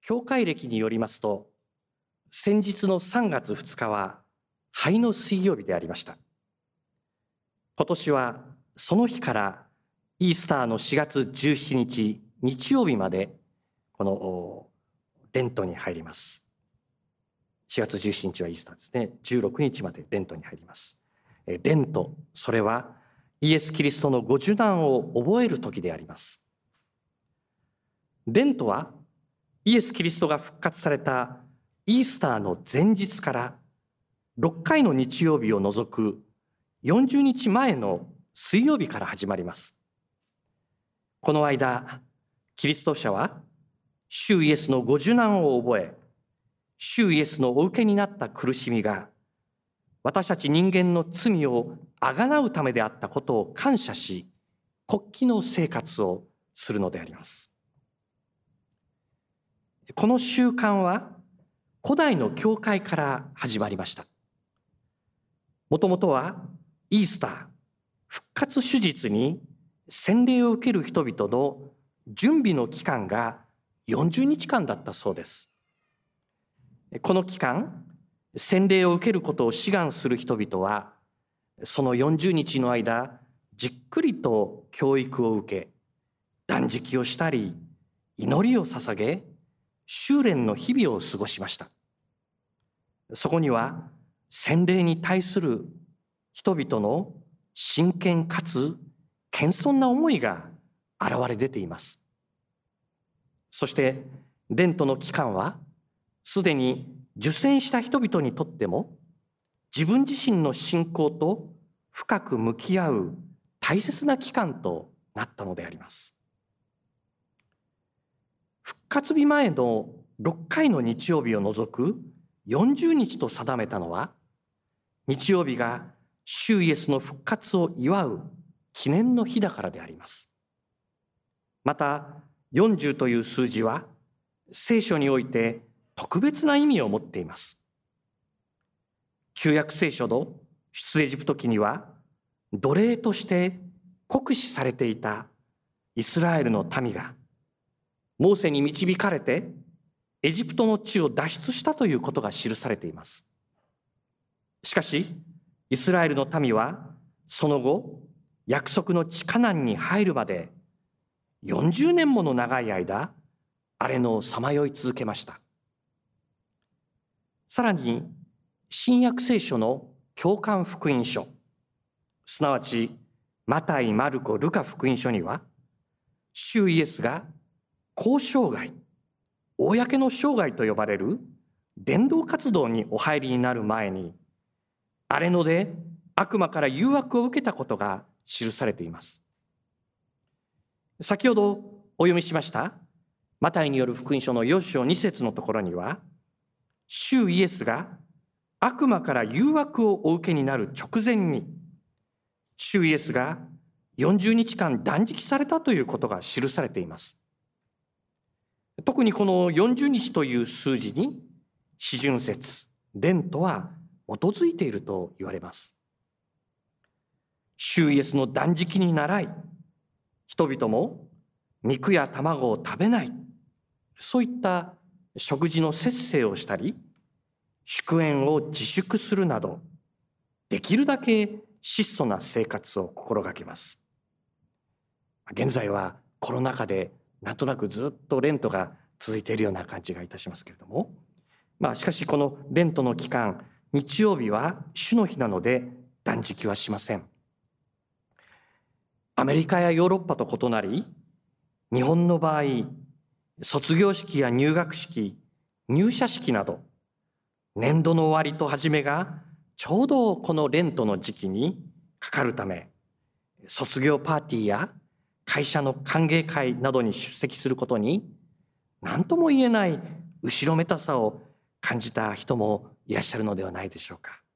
教会歴によりますと、先日の3月2日は灰の水曜日でありました。今年はその日からイースターの4月17日日曜日までこのレントに入ります。4月17日はイースターですね。16日までレントに入ります。レント、それはイエス・キリストのご受難を覚える時であります。レントはイエス・キリストが復活されたイースターの前日から6回の日曜日を除く40日前の水曜日から始まります。この間、キリスト者は主イエスのご受難を覚え、主イエスのお受けになった苦しみが私たち人間の罪をあがなうためであったことを感謝し、国旗の生活をするのであります。この習慣は古代の教会から始まりました。もともとはイースター、復活主日に洗礼を受ける人々の準備の期間が40日間だったそうです。この期間、洗礼を受けることを志願する人々は、その40日の間、じっくりと教育を受け、断食をしたり、祈りを捧げ、修練の日々を過ごしました。そこには、洗礼に対する人々の真剣かつ謙遜な思いが現れ出ています。そして、レントの期間は、すでに受洗した人々にとっても、自分自身の信仰と深く向き合う大切な期間となったのであります。復活日前の6回の日曜日を除く40日と定めたのは、日曜日が主イエスの復活を祝う記念の日だからであります。また、40という数字は、聖書において特別な意味を持っています。旧約聖書の出エジプト記には、奴隷として酷使されていたイスラエルの民が、モーセに導かれてエジプトの地を脱出したということが記されています。しかし、イスラエルの民はその後、約束の地カナンに入るまで40年もの長い間、荒れ野をさまよい続けました。さらに、新約聖書の教会福音書、すなわちマタイ、マルコ、ルカ福音書には、主イエスが公生涯、公の生涯と呼ばれる伝道活動にお入りになる前に、荒れ野で悪魔から誘惑を受けたことが記されています。先ほどお読みしましたマタイによる福音書の4章2節のところには、主イエスが悪魔から誘惑をお受けになる直前に、主イエスが40日間断食されたということが記されています。特にこの40日という数字に、四旬節、レントは基づいていると言われます。主イエスの断食に倣い、人々も肉や卵を食べない、そういった食事の節制をしたり、祝宴を自粛するなど、できるだけ質素な生活を心がけます。現在はコロナ禍でなんとなくずっとレントが続いているような感じがいたしますけれども、しかしこのレントの期間、日曜日は主の日なので断食はしません。アメリカやヨーロッパと異なり、日本の場合、卒業式や入学式、入社式など、年度の終わりと始めがちょうどこのレントの時期にかかるため、卒業パーティーや会社の歓迎会などに出席することに、何とも言えない後ろめたさを感じた人もいらっしゃるのではないでしょうか。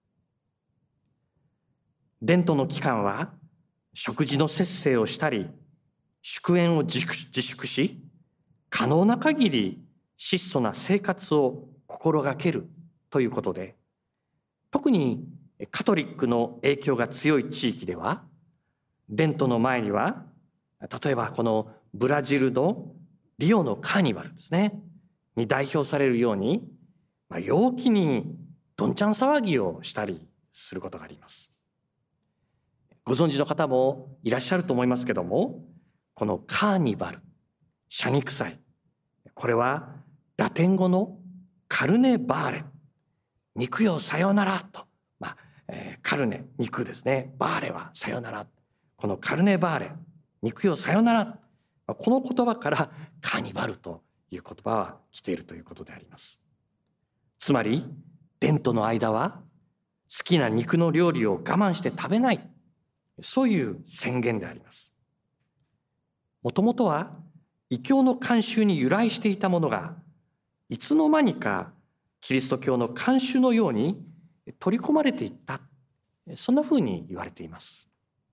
レントの期間は、食事の節制をしたり、祝宴を自粛し、可能な限り質素な生活を心がけるということで、特にカトリックの影響が強い地域では、レントの前には、例えばこのブラジルのリオのカーニバルですね。 に代表されるように、陽気にどんちゃん騒ぎをしたりすることがあります。ご存知の方もいらっしゃると思いますけども、このカーニバル、謝肉祭、これはラテン語のカルネバーレ、肉よさよならと、カルネ、肉ですね、バーレはさよなら、このカルネバーレ、肉よさよなら、この言葉からカーニバルという言葉は来ているということであります。つまりレントの間は好きな肉の料理を我慢して食べない、そういう宣言であります。もともとは異教の慣習に由来していたものが、いつの間にかキリスト教の慣習のように取り込まれていった、そんなふうに言われています。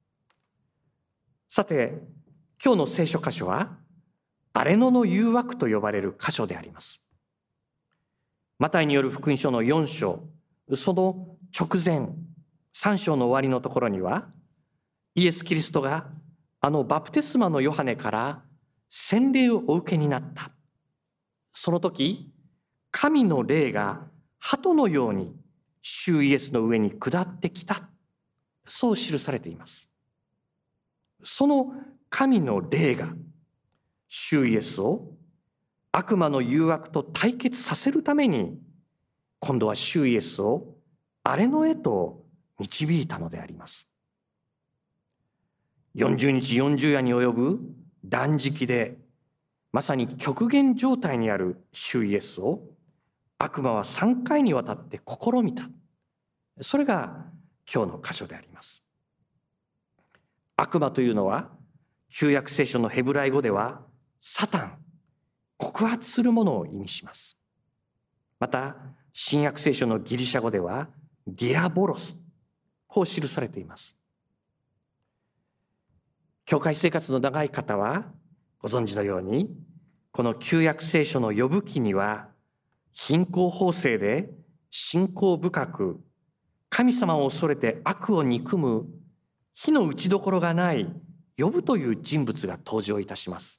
さて、今日の聖書箇所は荒野の誘惑と呼ばれる箇所であります。マタイによる福音書の4章、その直前3章の終わりのところには、イエス・キリストがあのバプテスマのヨハネから洗礼をお受けになった。その時、神の霊が鳩のように主イエスの上に下ってきた、そう記されています。その神の霊が主イエスを悪魔の誘惑と対決させるために、今度は主イエスを荒れ野へと導いたのであります。40日40夜に及ぶ断食で、まさに極限状態にある主イエスを悪魔は3回にわたって試みた。それが今日の箇所であります。悪魔というのは旧約聖書のヘブライ語ではサタン、告発するものを意味します。また新約聖書のギリシャ語ではディアボロス、こう記されています。教会生活の長い方はご存知のように、この旧約聖書の呼ぶ記には貧困法制で信仰深く、神様を恐れて悪を憎む火の打ちどころがないヨブという人物が登場いたします。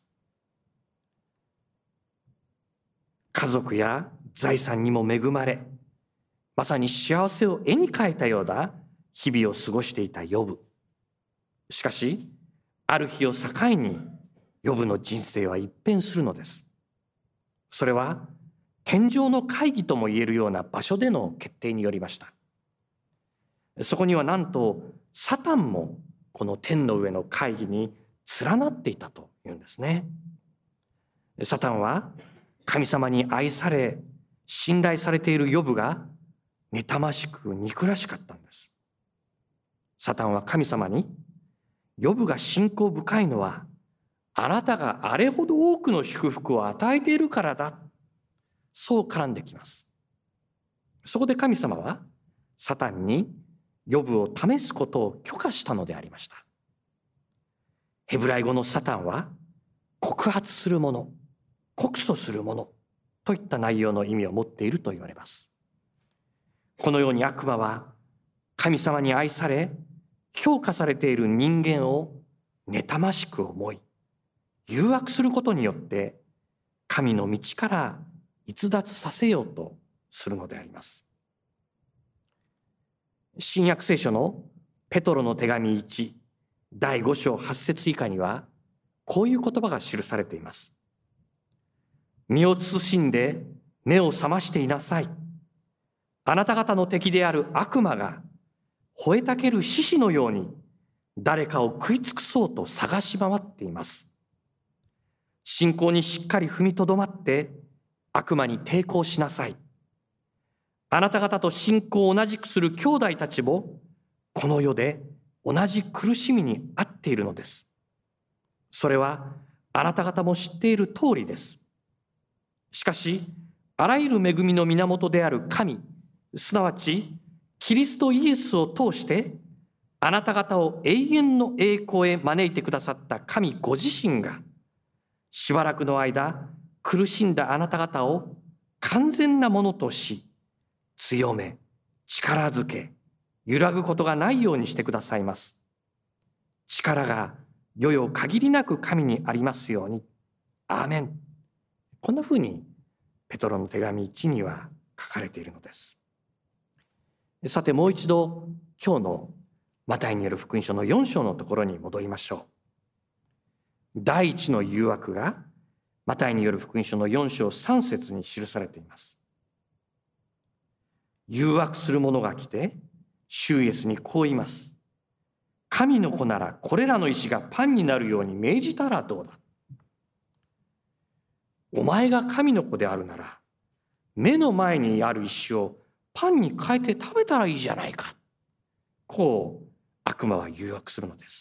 家族や財産にも恵まれ、まさに幸せを絵に描いたような日々を過ごしていたヨブ。しかしある日を境にヨブの人生は一変するのです。それは天上の会議ともいえるような場所での決定によりました。そこにはなんとサタンもこの天の上の会議に連なっていたというんですね。サタンは神様に愛され信頼されているヨブが妬ましく憎らしかったんです。サタンは神様に、ヨブが信仰深いのはあなたがあれほど多くの祝福を与えているからだ、そう絡んできます。そこで神様はサタンにヨブを試すことを許可したのでありました。ヘブライ語のサタンは告発するもの、告訴するものといった内容の意味を持っていると言われます。このように悪魔は神様に愛され評価されている人間を妬ましく思い、誘惑することによって神の道から逸脱させようとするのであります。新約聖書のペトロの手紙1第5章8節以下にはこういう言葉が記されています。身を慎んで目を覚ましていなさい。あなた方の敵である悪魔が吠えたける獅子のように誰かを食い尽くそうと探し回っています。信仰にしっかり踏みとどまって悪魔に抵抗しなさい。あなた方と信仰を同じくする兄弟たちもこの世で同じ苦しみに遭っているのです。それはあなた方も知っている通りです。しかしあらゆる恵みの源である神、すなわちキリストイエスを通してあなた方を永遠の栄光へ招いてくださった神ご自身が、しばらくの間苦しんだあなた方を完全なものとし、強め力づけ揺らぐことがないようにしてくださいます。力がよよ限りなく神にありますように。アーメン。こんなふうにペトロの手紙1には書かれているのです。さてもう一度今日のマタイによる福音書の4章のところに戻りましょう。第一の誘惑がマタイによる福音書の4章3節に記されています。誘惑する者が来て主イエスにこう言います。神の子ならこれらの石がパンになるように命じたらどうだ。お前が神の子であるなら目の前にある石をパンに変えて食べたらいいじゃないか。こう悪魔は誘惑するのです。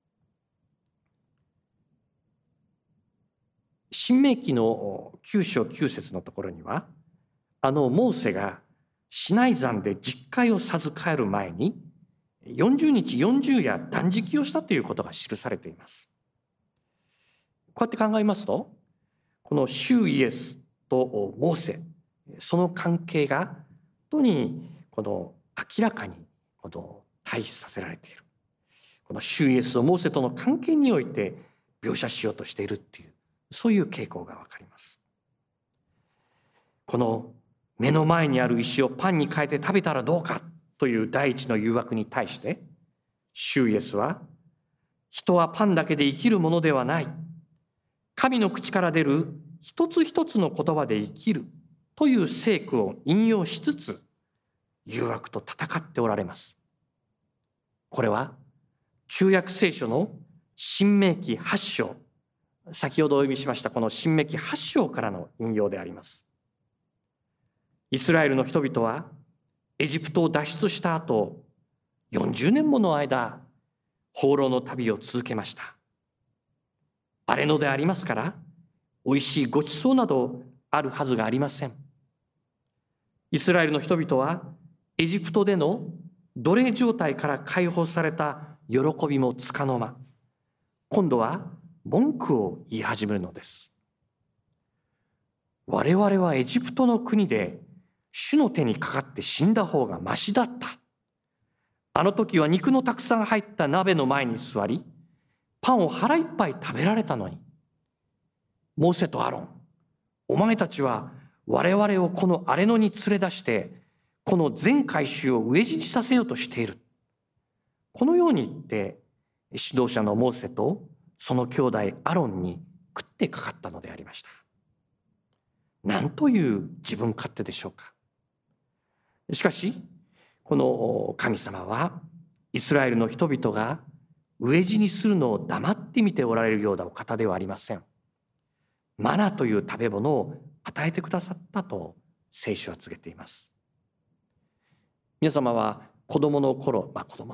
申命記の9章9節のところにはモーセがシナイ山で十戒を授かる前に40日40夜断食をしたということが記されています。こうやって考えますとこの主イエスとモーセその関係が本当にこの明らかにこの対比させられている。この主イエスとモーセとの関係において描写しようとしているっていうそういう傾向がわかります。この目の前にある石をパンに変えて食べたらどうかという第一の誘惑に対して主イエスは人はパンだけで生きるものではない。神の口から出る一つ一つの言葉で生きるという聖句を引用しつつ誘惑と戦っておられます。これは旧約聖書の申命記8章、先ほどお読みしましたこの申命記8章からの引用であります。イスラエルの人々はエジプトを脱出した後40年もの間放浪の旅を続けました。荒れ野でありますからおいしいごちそうなどあるはずがありません。イスラエルの人々はエジプトでの奴隷状態から解放された喜びもつかの間、今度は文句を言い始めるのです。我々はエジプトの国で主の手にかかって死んだ方がましだった。あの時は肉のたくさん入った鍋の前に座り、パンを腹いっぱい食べられたのに。モーセとアロン、お前たちは我々をこの荒れ野に連れ出して、この全改宗を飢え死にさせようとしている。このように言って、指導者のモーセとその兄弟アロンに食ってかかったのでありました。なんという自分勝手でしょうか。しかし、この神様はイスラエルの人々が飢え死にするのを黙って見ておられるようなお方ではありません。マナという食べ物を与えてくださったと聖書は告げています。皆様は子供の頃、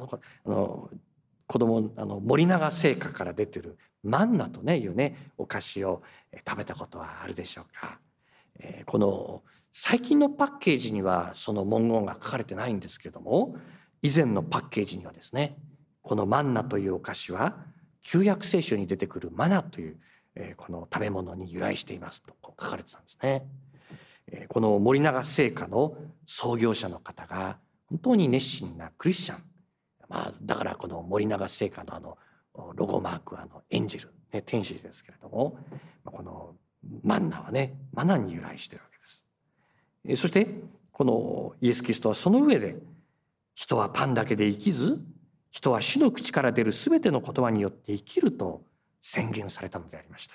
森永製菓から出てるマンナというねお菓子を食べたことはあるでしょうか。この最近のパッケージにはその文言が書かれてないんですけれども、以前のパッケージにはですね、このマンナというお菓子は旧約聖書に出てくるマナというこの食べ物に由来していますと書かれてたんですね。この森永製菓の創業者の方が本当に熱心なクリスチャン、だからこの森永製菓のロゴマークはエンジェル、天使ですけれども、このマンナはマナに由来しているわけです。そしてこのイエス・キリストはその上で、人はパンだけで生きず、人は主の口から出るすべての言葉によって生きると宣言されたのでありました。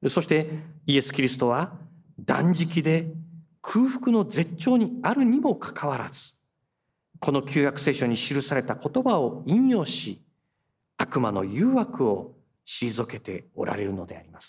そしてイエス・キリストは断食で空腹の絶頂にあるにもかかわらず、この旧約聖書に記された言葉を引用し、悪魔の誘惑を退けておられるのであります。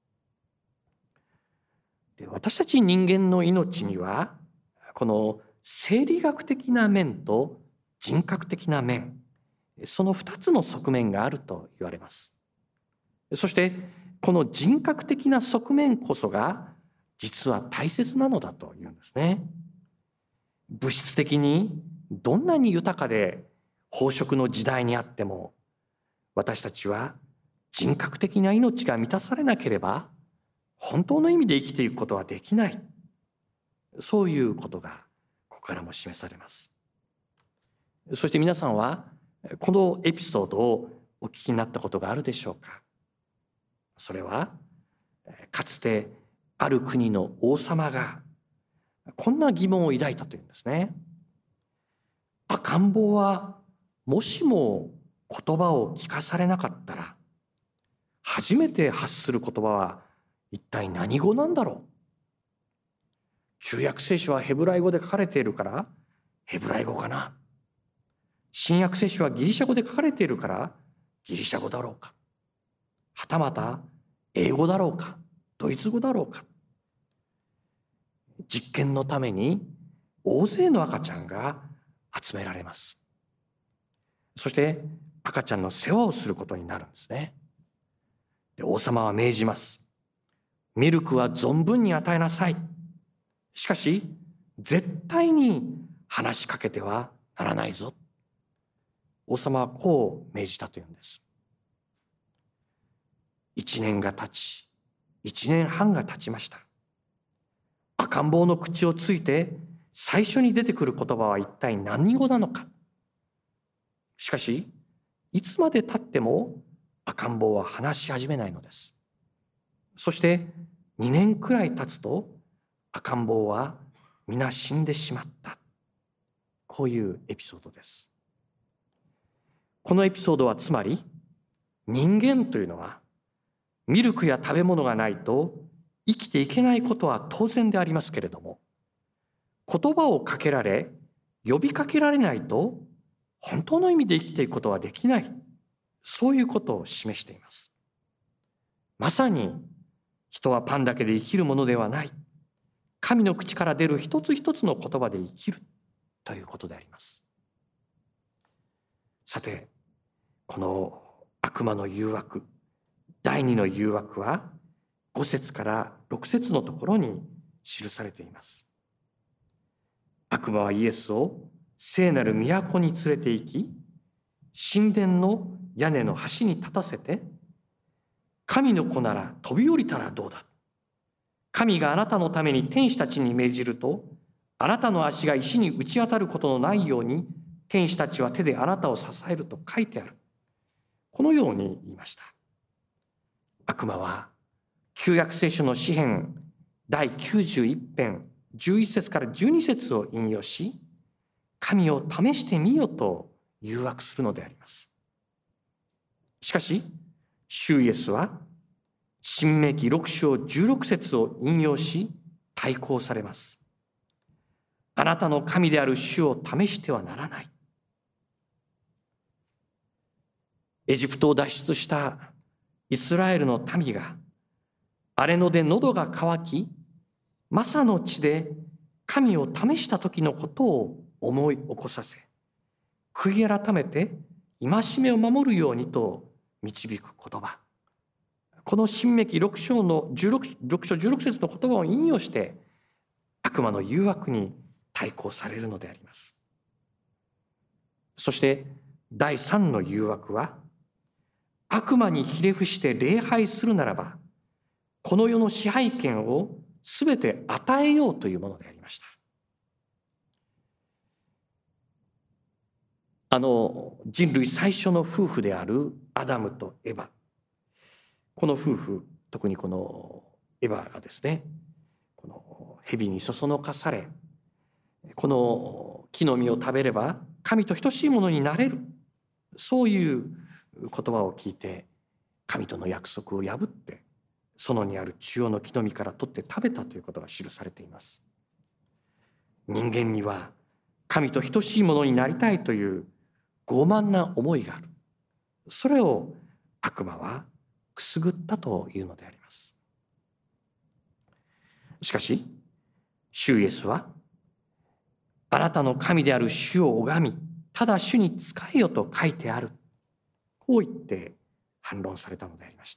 で、私たち人間の命にはこの生理学的な面と人格的な面、その2つの側面があると言われます。そしてこの人格的な側面こそが実は大切なのだというんですね。物質的にどんなに豊かで飽食の時代にあっても、私たちは人格的な命が満たされなければ本当の意味で生きていくことはできない、そういうことがここからも示されます。そして皆さんはこのエピソードをお聞きになったことがあるでしょうか。それはかつてある国の王様がこんな疑問を抱いたというんですね。赤ん坊はもしも言葉を聞かされなかったら、初めて発する言葉は一体何語なんだろう。旧約聖書はヘブライ語で書かれているからヘブライ語かな。新約聖書はギリシャ語で書かれているからギリシャ語だろうか。はたまた英語だろうか、ドイツ語だろうか。実験のために大勢の赤ちゃんが集められます。そして赤ちゃんの世話をすることになるんですね。で、王様は命じます。ミルクは存分に与えなさい。しかし絶対に話しかけてはならないぞ。王様はこう命じたというんです。1年が経ち、1年半が経ちました。赤ん坊の口をついて最初に出てくる言葉は一体何語なのか。しかしいつまで経っても赤ん坊は話し始めないのです。そして2年くらい経つと赤ん坊は皆死んでしまった。こういうエピソードです。このエピソードはつまり、人間というのはミルクや食べ物がないと生きていけないことは当然でありますけれども、言葉をかけられ呼びかけられないと本当の意味で生きていくことはできない、そういうことを示しています。まさに人はパンだけで生きるものではない、神の口から出る一つ一つの言葉で生きるということであります。さて、この悪魔の誘惑、第二の誘惑は5節から6節のところに記されています。悪魔はイエスを聖なる都に連れて行き、神殿の屋根の端に立たせて、神の子なら飛び降りたらどうだ。神があなたのために天使たちに命じると、あなたの足が石に打ち当たることのないように、天使たちは手であなたを支えると書いてある。このように言いました。悪魔は旧約聖書の詩編第91編11節から12節を引用し、神を試してみよと誘惑するのであります。しかし、主イエスは申命記6章16節を引用し対抗されます。あなたの神である主を試してはならない。エジプトを脱出したイスラエルの民が荒れ野で喉が渇き、マサの地で神を試した時のことを思い起こさせ、悔い改めて戒めを守るようにと導く言葉。この申命記6章16節の言葉を引用して悪魔の誘惑に対抗されるのであります。そして第3の誘惑は、悪魔にひれ伏して礼拝するならばこの世の支配権をすべて与えようというものでありました。人類最初の夫婦であるアダムとエバ、この夫婦、特にこのエバがですね、この蛇にそそのかされ、この木の実を食べれば神と等しいものになれる、そういう言葉を聞いて神との約束を破って園にある中央の木の実から取って食べたということが記されています。人間には神と等しいものになりたいという傲慢な思いがある。それを悪魔はくすぐったというのであります。しかし主イエスは、あなたの神である主を拝みただ主に仕えよと書いてある、こう言って反論されたのでありました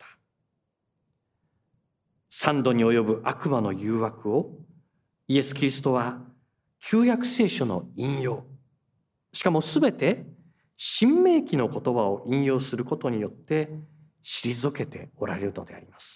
。3度に及ぶ悪魔の誘惑をイエス・キリストは旧約聖書の引用、しかもすべて申命記の言葉を引用することによって退けておられるのであります。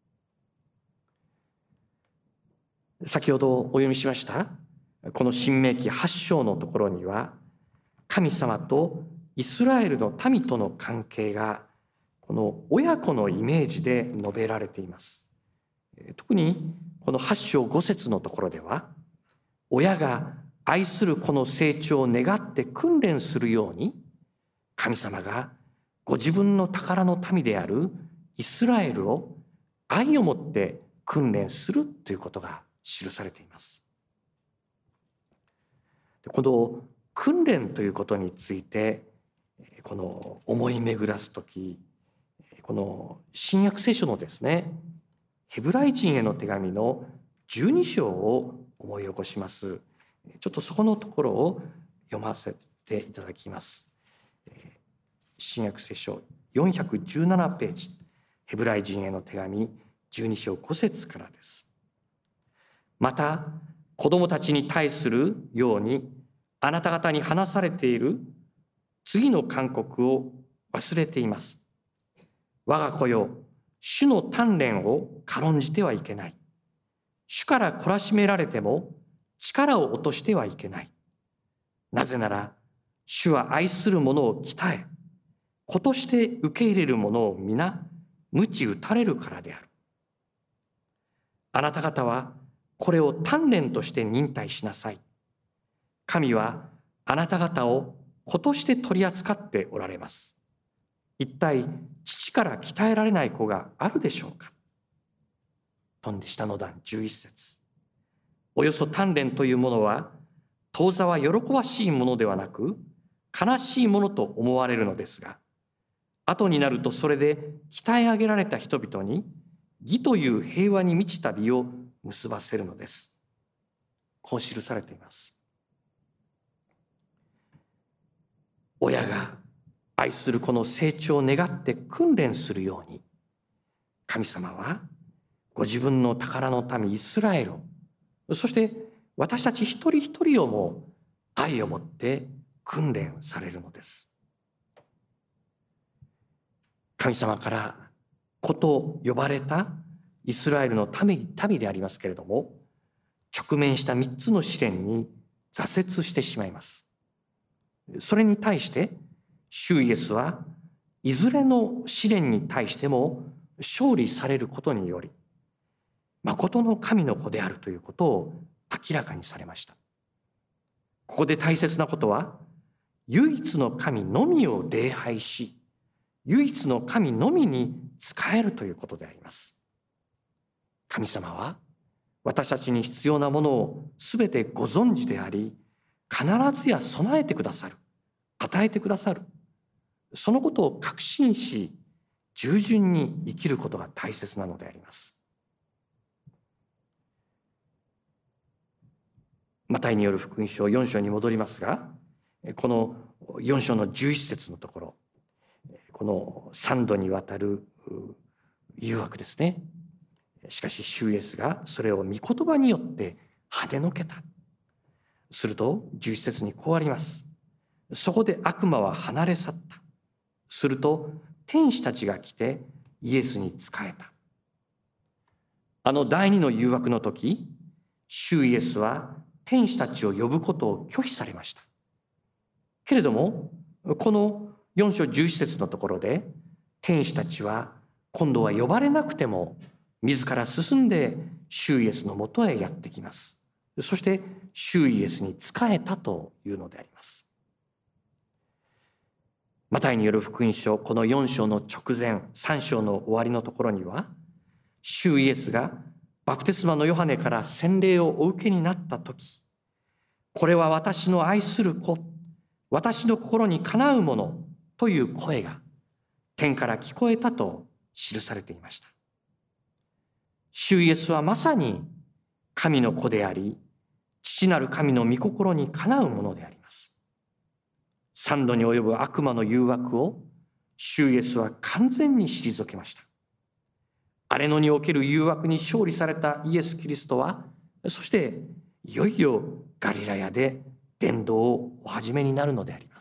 先ほどお読みしましたこの申命記8章のところには、神様とイスラエルの民との関係がこの親子のイメージで述べられています。 特にこの8章5節のところでは、親が愛する子の成長を願って訓練するように、神様がご自分の宝の民であるイスラエルを愛を持って訓練するということが記されています。この訓練ということについて、この思い巡らすとき、この新約聖書のですね、ヘブライ人への手紙の12章を思い起こします。ちょっとそこのところを読ませていただきます。新約聖書417ページ、ヘブライ人への手紙12章5節からです。また、子供たちに対するように、あなた方に話されている次の勧告を忘れています。我が子よ、主の鍛錬を軽んじてはいけない。主から懲らしめられても力を落としてはいけない。なぜなら、主は愛する者を鍛え、子として受け入れる者を皆、鞭打たれるからである。あなた方はこれを鍛錬として忍耐しなさい。神はあなた方を子として取り扱っておられます。一体父から鍛えられない子があるでしょうか。飛んで下の段11節。およそ鍛錬というものは、当座は喜ばしいものではなく悲しいものと思われるのですが、後になるとそれで鍛え上げられた人々に義という平和に満ちた美を結ばせるのです。こう記されています。親が愛する子の成長を願って訓練するように、神様はご自分の宝の民イスラエルを、そして私たち一人一人をも愛を持って訓練されるのです。神様から子と呼ばれたイスラエルの民でありますけれども、直面した3つの試練に挫折してしまいます。それに対して主イエスはいずれの試練に対しても勝利されることにより、誠の神の子であるということを明らかにされました。ここで大切なことは、唯一の神のみを礼拝し、唯一の神のみに仕えるということであります。神様は私たちに必要なものをすべてご存知であり、必ずや備えてくださる、与えてくださる。そのことを確信し、従順に生きることが大切なのであります。マタイによる福音書4章に戻りますが、この4章の11節のところ、この3度にわたる誘惑ですね。しかし主イエスがそれを御言葉によって跳ねのけた。すると11節にこうあります。そこで悪魔は離れ去った。すると天使たちが来てイエスに仕えた。あの第二の誘惑の時、主イエスは天使たちを呼ぶことを拒否されました。けれども、この4章11節のところで、天使たちは今度は呼ばれなくても自ら進んで主イエスのもとへやってきます。そして主イエスに仕えたというのであります。マタイによる福音書、この4章の直前、3章の終わりのところには、主イエスがバプテスマのヨハネから洗礼をお受けになったとき、これは私の愛する子、私の心にかなうものという声が天から聞こえたと記されていました。主イエスはまさに神の子であり、父なる神の御心にかなうものであります。3度に及ぶ悪魔の誘惑を主イエスは完全に退けました。荒野における誘惑に勝利されたイエス・キリストは、そしていよいよガリラヤで伝道をお始めになるのであります。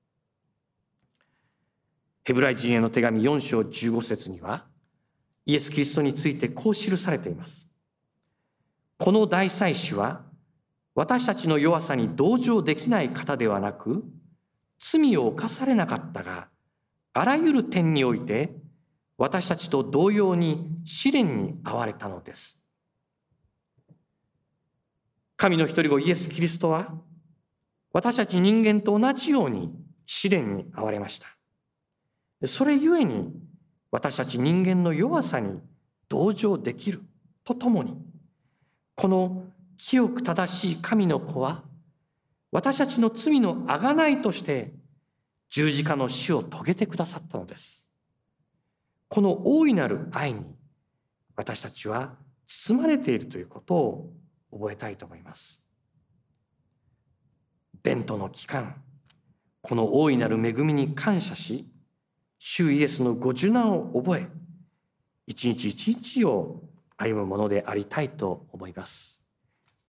ヘブライ人への手紙4章15節には、イエス・キリストについてこう記されています。この大祭司は私たちの弱さに同情できない方ではなく、罪を犯されなかったが、あらゆる点において私たちと同様に試練に遭われたのです。神の一人子イエス・キリストは、私たち人間と同じように試練に遭われました。それゆえに、私たち人間の弱さに同情できるとともに、この清く正しい神の子は、私たちの罪の贖いとして十字架の死を遂げてくださったのです。この大いなる愛に私たちは包まれているということを覚えたいと思います。ベントの期間、この大いなる恵みに感謝し、主イエスのご受難を覚え、一日一日を歩むものでありたいと思います。